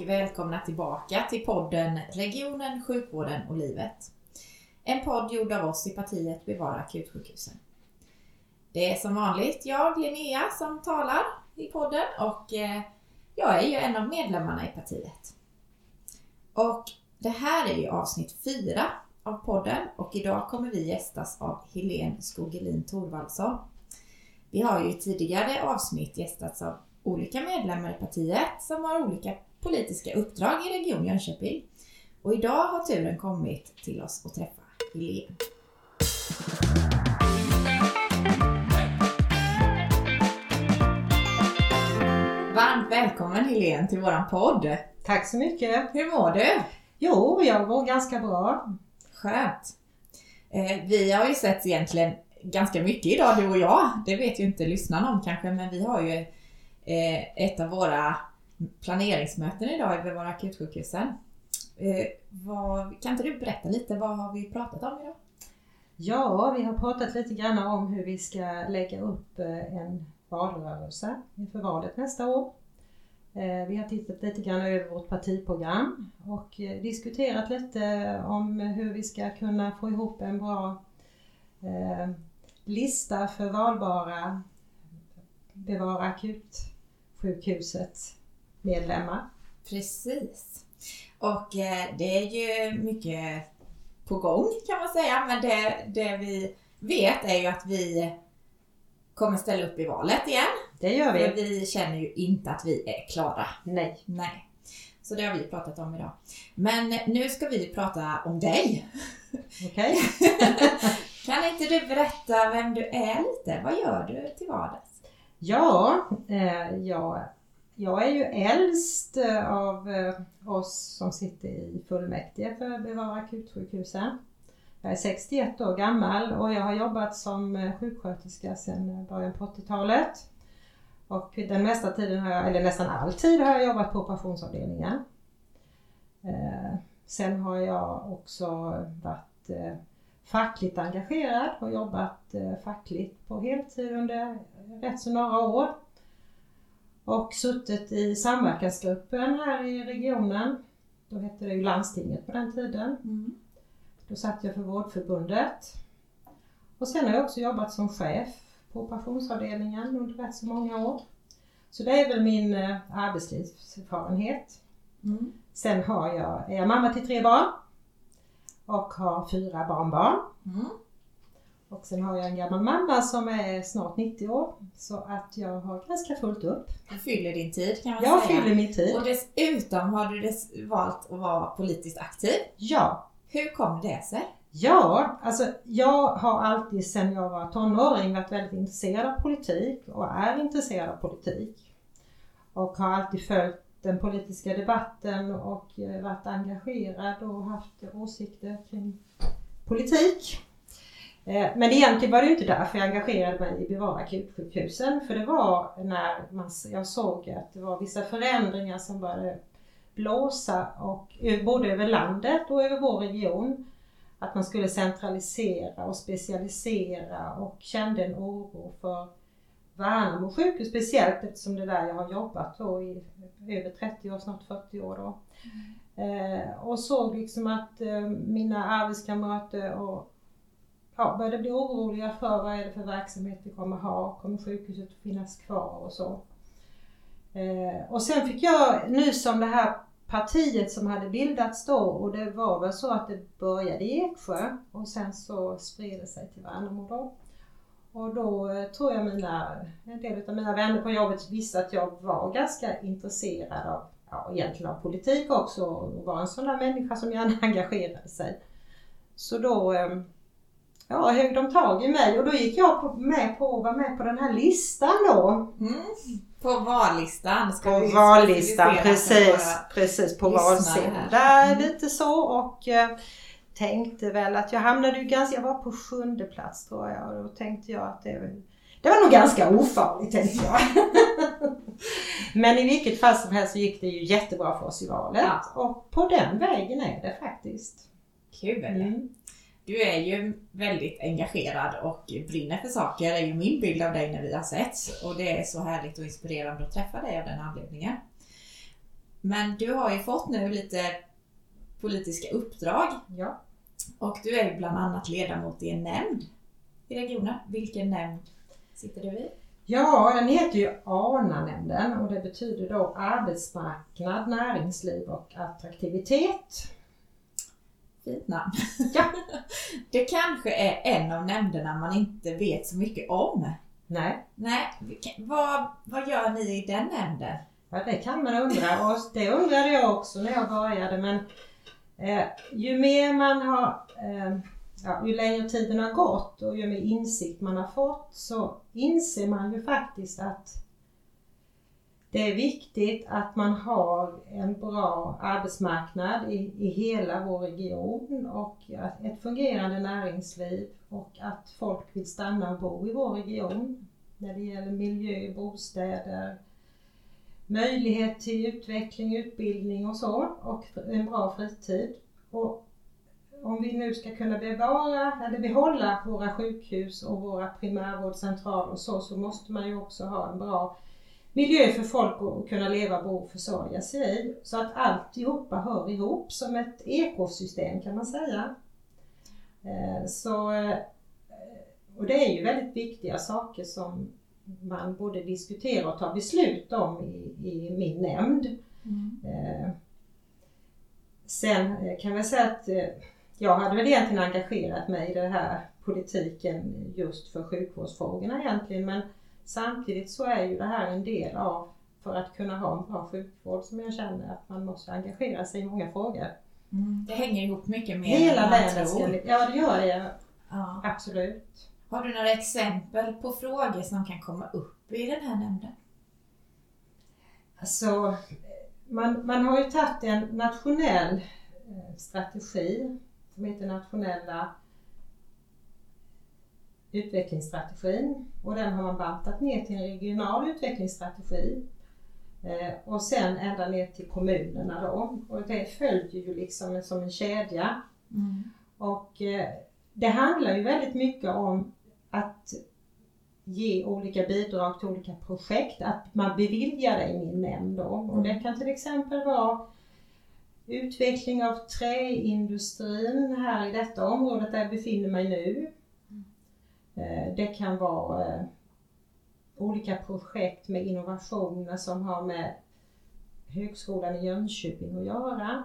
välkomna tillbaka till podden Regionen, sjukvården och livet. En podd gjord av oss i partiet Bevara akutsjukhusen. Det är som vanligt jag, Linnea, som talar i podden och jag är ju en av medlemmarna i partiet. Och det här är ju avsnitt 4 av podden och idag kommer vi gästas av Helene Skogelin Thorvaldsson. Vi har ju i tidigare avsnitt gästats av olika medlemmar i partiet som har olika politiska uppdrag i Region Jönköping. Och idag har turen kommit till oss att träffa Helene. Varmt välkommen Helene till våran podd. Tack så mycket. Hur mår du? Jo, jag mår ganska bra. Skönt. Vi har ju sett egentligen ganska mycket idag, du och jag. Det vet ju inte lyssnarna om kanske, men vi har ju ett av våra planeringsmöten idag i Bevara akutsjukhusen. Kan inte du berätta lite, vad har vi pratat om idag? Ja, vi har pratat lite grann om hur vi ska lägga upp en valrörelse inför valet nästa år. Vi har tittat lite grann över vårt partiprogram och diskuterat lite om hur vi ska kunna få ihop en bra lista för valbara Bevara akutsjukhuset medlemmar. Precis. Och det är ju mycket på gång kan man säga, men det vi vet är ju att vi kommer ställa upp i valet igen. Det gör vi. För vi känner ju inte att vi är klara. Nej. Så det har vi pratat om idag. Men nu ska vi prata om dig. Okej. Kan inte du berätta vem du är lite? Vad gör du till vardags? Ja, jag är ju äldst av oss som sitter i fullmäktige för Bevara akutsjukhusen. Jag är 61 år gammal och jag har jobbat som sjuksköterska sedan början på 80-talet. Och den mesta tiden eller nästan all tid har jag jobbat på operationsavdelningen. Sen har jag också varit fackligt engagerad och jobbat fackligt på heltid under rätt så några år. Och suttit i samverkansgruppen här i regionen. Då hette det ju landstinget på den tiden. Då satt jag för Vårdförbundet. Och sen har jag också jobbat som chef på operationsavdelningen under rätt så många år. Så det är väl min arbetslivserfarenhet. Sen är jag mamma till 3 barn. Och har 4 barnbarn. Och sen har jag en gammal mamma som är snart 90 år. Så att jag har ganska fullt upp. Du fyller din tid kan man säga. Jag fyller min tid. Och dessutom har du valt att vara politiskt aktiv. Ja. Hur kom det sig? Ja, alltså jag har alltid sedan jag var tonåring varit väldigt intresserad av politik. Och är intresserad av politik. Och har alltid följt den politiska debatten och varit engagerad och haft åsikter kring politik. Men egentligen var det inte därför jag engagerade mig i Bevara akutsjukhusen. För det var när jag såg att det var vissa förändringar som började blåsa och både över landet och över vår region. Att man skulle centralisera och specialisera och kände en oro för Värnamo sjukhus speciellt eftersom det är där jag har jobbat då i över 30 år, snart 40 år då. Och såg liksom att mina arbetskamrater började bli oroliga för vad är det för verksamhet vi kommer ha, kommer sjukhuset att finnas kvar och så. Och sen fick jag nys om det här partiet som hade bildats då och det var väl så att det började i Eksjö och sen så spred det sig till Värnamo då. Och då tror jag en del av mina vänner på jobbet visste att jag var ganska intresserad av egentligen av politik också och var en sån där människa som gärna engagerade sig. Så då högg de tag i mig och då gick jag var med på den här listan då. På vallistan. På vallistan, precis på valsidan. Där lite så och tänkte väl att jag hamnade jag var på 7:e plats tror jag och då tänkte jag att det var nog ganska ofarligt tänkte jag. Men i vilket fall som helst så gick det ju jättebra för oss i valet och på den vägen är det faktiskt. Kul. Du är ju väldigt engagerad och brinner för saker, är ju min bild av dig när vi har sett. Och det är så härligt och inspirerande att träffa dig av den anledningen. Men du har ju fått nu lite politiska uppdrag. Ja. Och du är ju bland annat ledamot i en nämnd i regionen. Vilken nämnd sitter du i? Ja, den heter ju ANA-nämnden och det betyder då arbetsmarknad, näringsliv och attraktivitet. Fint namn. Ja. Det kanske är en av nämnderna man inte vet så mycket om. Nej. Vad gör ni i den nämnden? Ja, det kan man undra och det undrade jag också när jag började, men ju mer man har, ju längre tiden har gått och ju mer insikt man har fått, så inser man ju faktiskt att det är viktigt att man har en bra arbetsmarknad i hela vår region och ett fungerande näringsliv och att folk vill stanna och bo i vår region när det gäller miljö, bostäder, möjlighet till utveckling, utbildning och så, och en bra fritid. Och om vi nu ska kunna behålla våra sjukhus och våra primärvårdscentraler och så måste man ju också ha en bra miljö för folk att kunna leva, bo och försörja sig i. Så att alltihopa hör ihop som ett ekosystem, kan man säga. Och det är ju väldigt viktiga saker som man borde diskutera och ta beslut om i min nämnd. Sen kan jag säga att jag hade väl egentligen engagerat mig i den här politiken just för sjukvårdsfrågorna egentligen, men samtidigt så är ju det här en del av, för att kunna ha en bra sjukvård, som jag känner att man måste engagera sig i många frågor. Det hänger ihop mycket med hela världen. Ja, det gör det. Ja. Absolut. Har du några exempel på frågor som kan komma upp i den här nämnden? Alltså, man har ju tagit en nationell strategi som heter nationella utvecklingsstrategin, och den har man bantat ner till en regional utvecklingsstrategi och sen ända ner till kommunerna då, och det följer ju liksom som en kedja. Och det handlar ju väldigt mycket om att ge olika bidrag till olika projekt, att man beviljar det i min nämnd då. Och det kan till exempel vara utveckling av träindustrin här i detta området där jag befinner mig nu. Det kan vara olika projekt med innovationer som har med Högskolan i Jönköping att göra.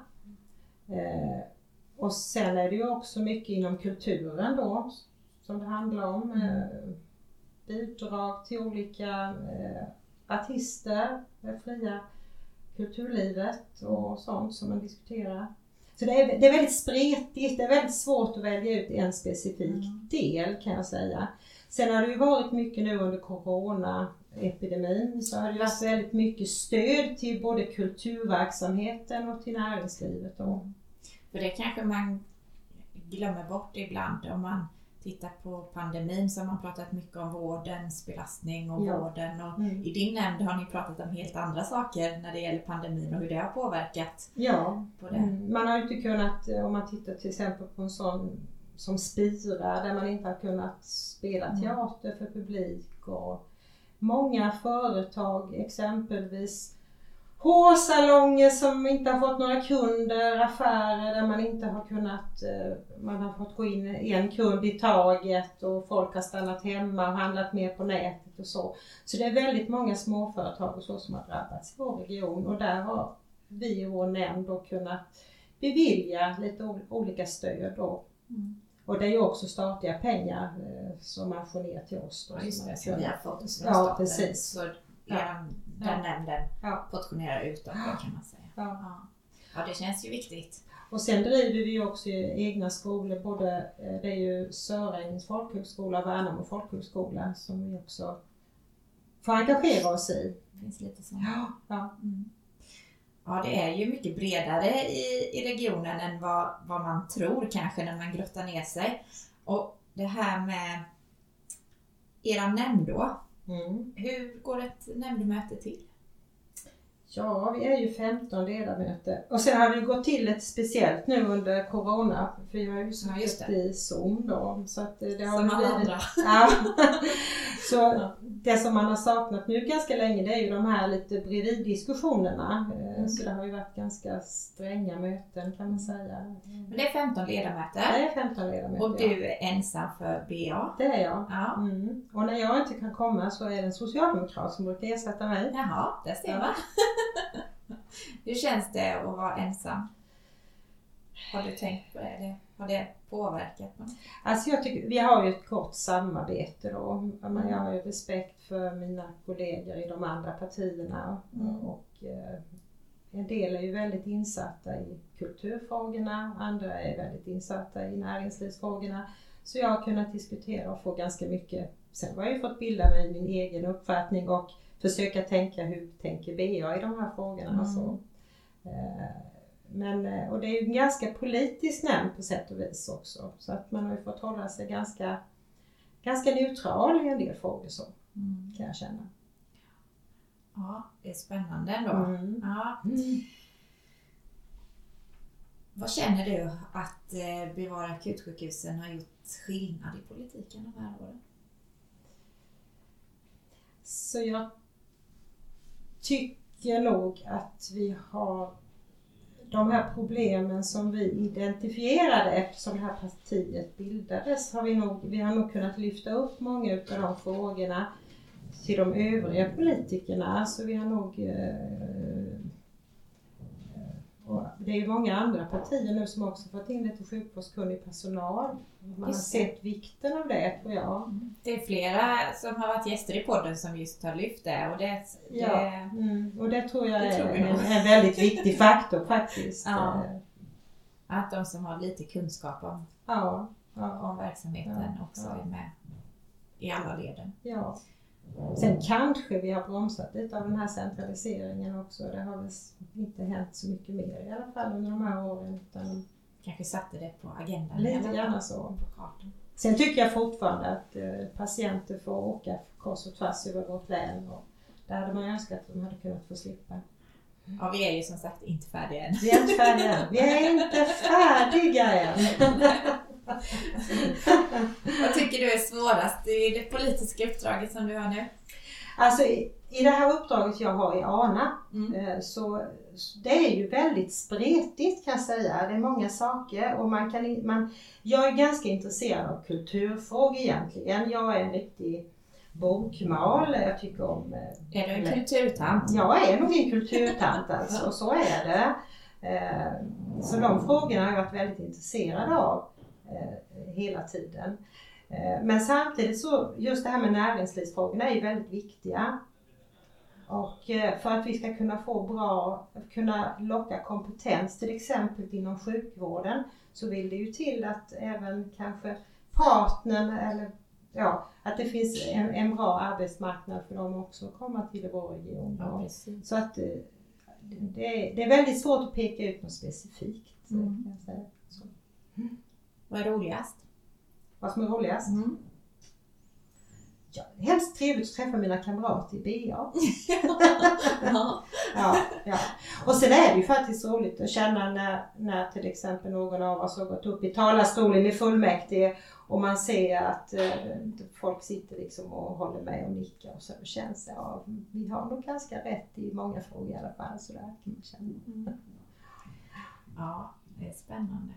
Och sen är det ju också mycket inom kulturen då som det handlar om. Bidrag till olika artister, det fria kulturlivet och sånt som man diskuterar. Så det är väldigt spretigt, det är väldigt svårt att välja ut en specifik del, kan jag säga. Sen har det ju varit mycket nu under coronaepidemin, så har det varit väldigt mycket stöd till både kulturverksamheten och till näringslivet då. För det kanske man glömmer bort ibland. Om man tittar på pandemin så har man pratat mycket om vårdens belastning och vården. Och i din nämnd har ni pratat om helt andra saker när det gäller pandemin och hur det har påverkat på det. Man har ju inte kunnat, om man tittar till exempel på en sån som Spira, där man inte har kunnat spela teater för publik, och många företag, exempelvis hårsalonger som inte har fått några kunder, affärer där man inte har kunnat, man har fått gå in en kund i taget och folk har stannat hemma och handlat mer på nätet och så. Så det är väldigt många småföretag och så som har drabbats i vår region, och där har vi i vår nämnd då kunnat bevilja lite olika stöd då. Och det är ju också statliga pengar som man får ner till oss då. Ja, just det, så vi har fått från staten. Precis. Så den nämnden portionerar ut dem, kan man säga. Ja, det känns ju viktigt. Och sen driver vi ju också egna skolor, både det är ju Sörängens folkhögskola och Värnamo folkhögskola som vi också får engagera oss i. Det finns lite så. Ja, det är ju mycket bredare i regionen än vad man tror kanske när man grottar ner sig. Och det här med era nämnd då. Hur går ett nämndmöte till? Ja, vi är ju 15 ledamöter. Och sen har det gått till ett speciellt nu under corona. För vi har ju suttit i Zoom då. Så att det har som alla andra. Ja. Så det som man har saknat nu ganska länge, det är ju de här lite bredviddiskussionerna. Så det har ju varit ganska stränga möten kan man säga. Men det är 15 ledamöter. Det är 15 ledamöter. Och du är ensam för BA. Det är jag. Ja. Mm. Och när jag inte kan komma så är det en socialdemokrat som brukar ersätta mig. Jaha, det ser man. Hur känns det att vara ensam? Har du tänkt på det? Har det påverkat något? Alltså jag tycker, vi har ju ett gott samarbete då. Jag har ju respekt för mina kollegor i de andra partierna. Och en del är ju väldigt insatta i kulturfrågorna, andra är väldigt insatta i näringslivsfrågorna. Så jag har kunnat diskutera och få ganska mycket. Sen har jag ju fått bilda mig min egen uppfattning och försöka tänka hur tänker BA i de här frågorna. Så. Och det är ju en ganska politisk nämnd på sätt och vis också. Så att man har ju fått hålla sig ganska neutral i en del frågor så kan jag känna. Ja, det är spännande ändå. Ja. Vad känner du att Bevara akutsjukhusen har gjort skillnad i politiken de här åren? Så jag tycker nog att vi har de här problemen som vi identifierade eftersom det här partiet bildades. Vi har nog kunnat lyfta upp många av de frågorna till de övriga politikerna. Så vi har nog... Och det är ju många andra partier nu som också fått in lite sjukvårdskunnig personal. Man har sett vikten av det, tror jag. Det är flera som har varit gäster i podden som just har lyft det. Och och det tror jag är en väldigt viktig faktor faktiskt. Ja. Att de som har lite kunskap om verksamheten också är med i alla leden. Ja. Sen kanske vi har bromsat lite av den här centraliseringen också. Det har väl inte hänt så mycket mer i alla fall under de här åren. Utan kanske satte det på agendan. Lite gärna så. På kartan. Sen tycker jag fortfarande att patienter får åka kors och tvärs över vårt län. Och där hade man önskat att de hade kunnat få slippa. Ja, vi är ju som sagt inte färdiga än. Vi är inte färdiga än. Vi är inte färdiga än. Vad tycker du är svårast i det politiska uppdraget som du har nu? Alltså i det här uppdraget jag har i ANA så det är ju väldigt spretigt kan jag säga. Det är många saker och jag är ganska intresserad av kulturfrågor egentligen. Jag är en riktig bokmal. Jag tycker om... Är du en kulturtant? Jag är nog en kulturtant alltså, och så är det. Så de frågorna har jag varit väldigt intresserad av hela tiden. Men samtidigt så just det här med näringslivsfrågorna är ju väldigt viktiga. Och för att vi ska kunna locka kompetens till exempel inom sjukvården så vill det ju till att även kanske partnern eller att det finns en bra arbetsmarknad för dem också att komma till vår region. Ja, så att det är väldigt svårt att peka ut något specifikt. Kan jag säga. Så. Vad är roligast? Vad som är roligast? Ja, det är hemskt trevligt att träffa mina kamrater i BA. ja. Och sen är det ju faktiskt roligt att känna när till exempel någon av oss har gått upp i talarstolen i fullmäktige och man ser att folk sitter liksom och håller med och nickar och så känns det, vi har nog ganska rätt i många frågor i alla fall, så där kan man känna. Ja, det är spännande.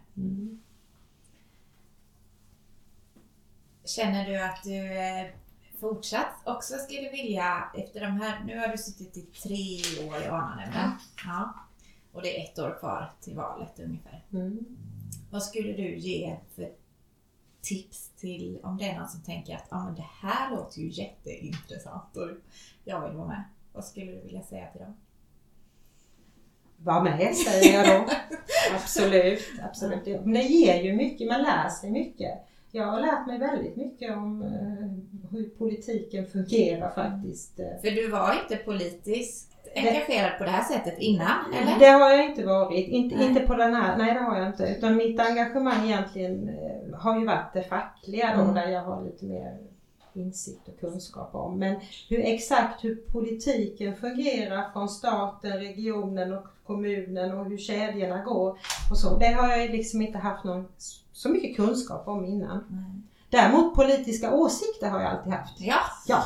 Känner du att du fortsatt också skulle vilja efter de här, nu har du suttit i 3 år i ANA-nämnden. Ja. Och det är 1 år kvar till valet ungefär. Vad skulle du ge för tips till om det är någon som tänker att men det här låter ju jätteintressant och jag vill vara med. Vad skulle du vilja säga till dem? Var med, säger jag då. Absolut. Men det ger ju mycket, man lär sig mycket. Jag har lärt mig väldigt mycket om hur politiken fungerar faktiskt. För du var inte politiskt engagerad på det här sättet innan, eller? Det har jag inte varit. Inte på den här, nej det har jag inte. Utan mitt engagemang egentligen har ju varit det fackliga då, där jag har lite mer insikt och kunskap om. Men exakt hur politiken fungerar från staten, regionen och kommunen och hur kedjorna går och så, det har jag liksom inte haft så mycket kunskap om innan. Däremot politiska åsikter har jag alltid haft. Ja.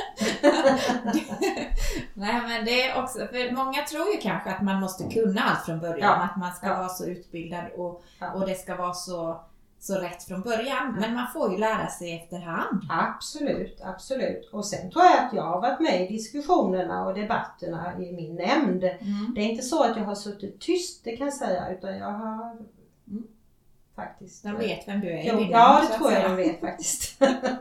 Nej, men det är också, för många tror ju kanske att man måste kunna allt från början, att man ska vara så utbildad och det ska vara så rätt från början, men man får ju lära sig efterhand. Absolut. Och sen tror jag att jag har varit med i diskussionerna och debatterna i min nämnd. Det är inte så att jag har suttit tyst, det kan jag säga, utan jag har faktiskt... De vet vem du är. Ja, det tror jag de vet faktiskt.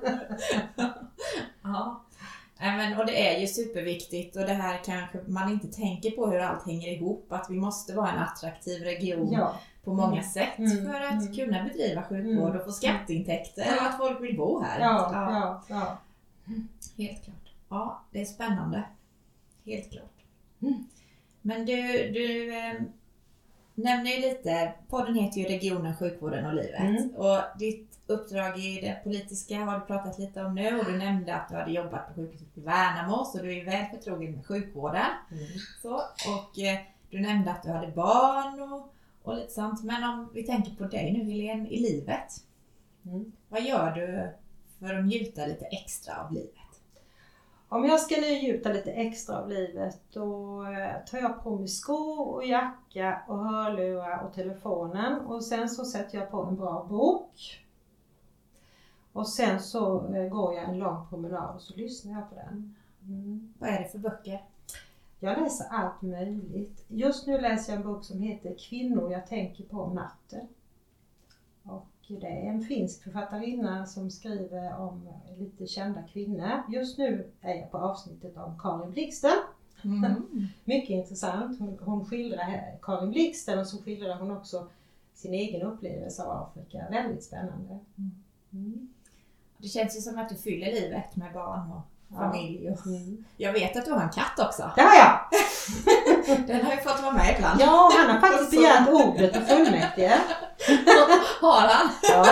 Ja. Och det är ju superviktigt, och det här kanske man inte tänker på hur allt hänger ihop, att vi måste vara en attraktiv region på många sätt för att kunna bedriva sjukvård och få skatteintäkter och att folk vill bo här. Ja. Helt klart. Ja, det är spännande. Helt klart. Men du nämner ju lite, podden heter ju Regionen, sjukvården och livet. Och ditt uppdrag i det politiska har du pratat lite om nu, och du nämnde att du hade jobbat på sjukhuset i Värnamo, så du är väl förtrogen med sjukvården. Så, och du nämnde att du hade barn och lite sånt. Men om vi tänker på dig nu, Helene, i livet. Vad gör du för att njuta lite extra av livet? Om jag ska njuta lite extra av livet, då tar jag på mig skor och jacka och hörlurar och telefonen. Och sen så sätter jag på en bra bok. Och sen så går jag en lång promenad och så lyssnar jag på den. Vad är det för böcker? Jag läser allt möjligt. Just nu läser jag en bok som heter Kvinnor jag tänker på om natten. Och det är en finsk författarinna som skriver om lite kända kvinnor. Just nu är jag på avsnittet om Karin Blixten. Mycket intressant. Hon skildrar Karin Blixten, och så skildrar hon också sin egen upplevelse av Afrika. Väldigt spännande. Det känns ju som att du fyller livet med barn och familj. Och... Jag vet att du har en katt också. Det har jag! Den har ju fått vara med ibland. Ja, han har faktiskt begärt ordet och fullmäktige. Har han? Ja.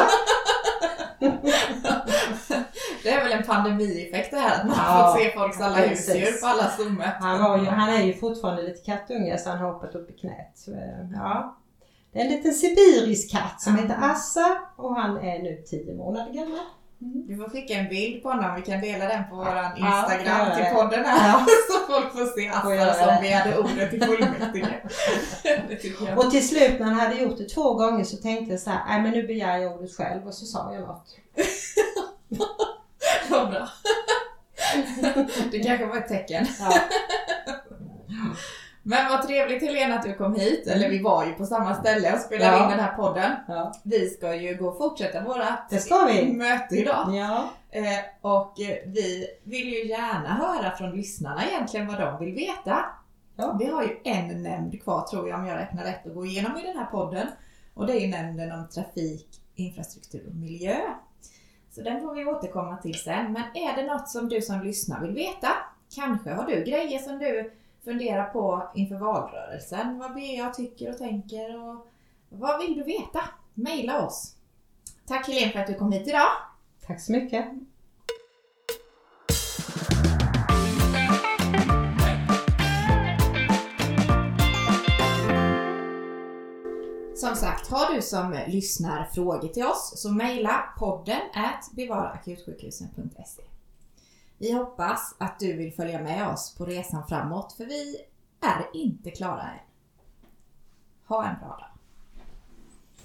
Det är väl en pandemieffekt det här, att man har fått se folks alla husdjur på alla summor. Han är ju fortfarande lite kattunge, så han har hoppat upp i knät. Så, ja. Det är en liten sibirisk katt som heter Assa, och han är nu 10 månader gammal. Du får skicka en bild på honom, vi kan dela den på våran Instagram till podden här, så folk får se Assa som begärde ordet till fullmäktige. Och till slut när han hade gjort det 2 gånger så tänkte jag så här: nej, men nu begär jag ordet själv, och så sa jag något. Vad bra. Det kanske var ett tecken. Men vad trevligt, Helena, att du kom hit. Eller vi var ju på samma ställe och spelade in den här podden. Vi ska ju gå och fortsätta våra möte idag. Och vi vill ju gärna höra från lyssnarna egentligen vad de vill veta. Vi har ju en nämnd kvar, tror jag, om jag räknar rätt, att gå igenom i den här podden. Och det är ju nämnden om trafik, infrastruktur och miljö. Så den får vi återkomma till sen. Men är det något som du som lyssnar vill veta? Kanske har du grejer som du funderar på inför valrörelsen. Vad jag tycker och tänker, och vad vill du veta? Maila oss. Tack Helene för att du kom hit idag. Tack så mycket. Som sagt, har du som lyssnar frågor till oss, så mejla podden @bevaraakutsjukhusen.se. Vi hoppas att du vill följa med oss på resan framåt, för vi är inte klara än. Ha en bra dag.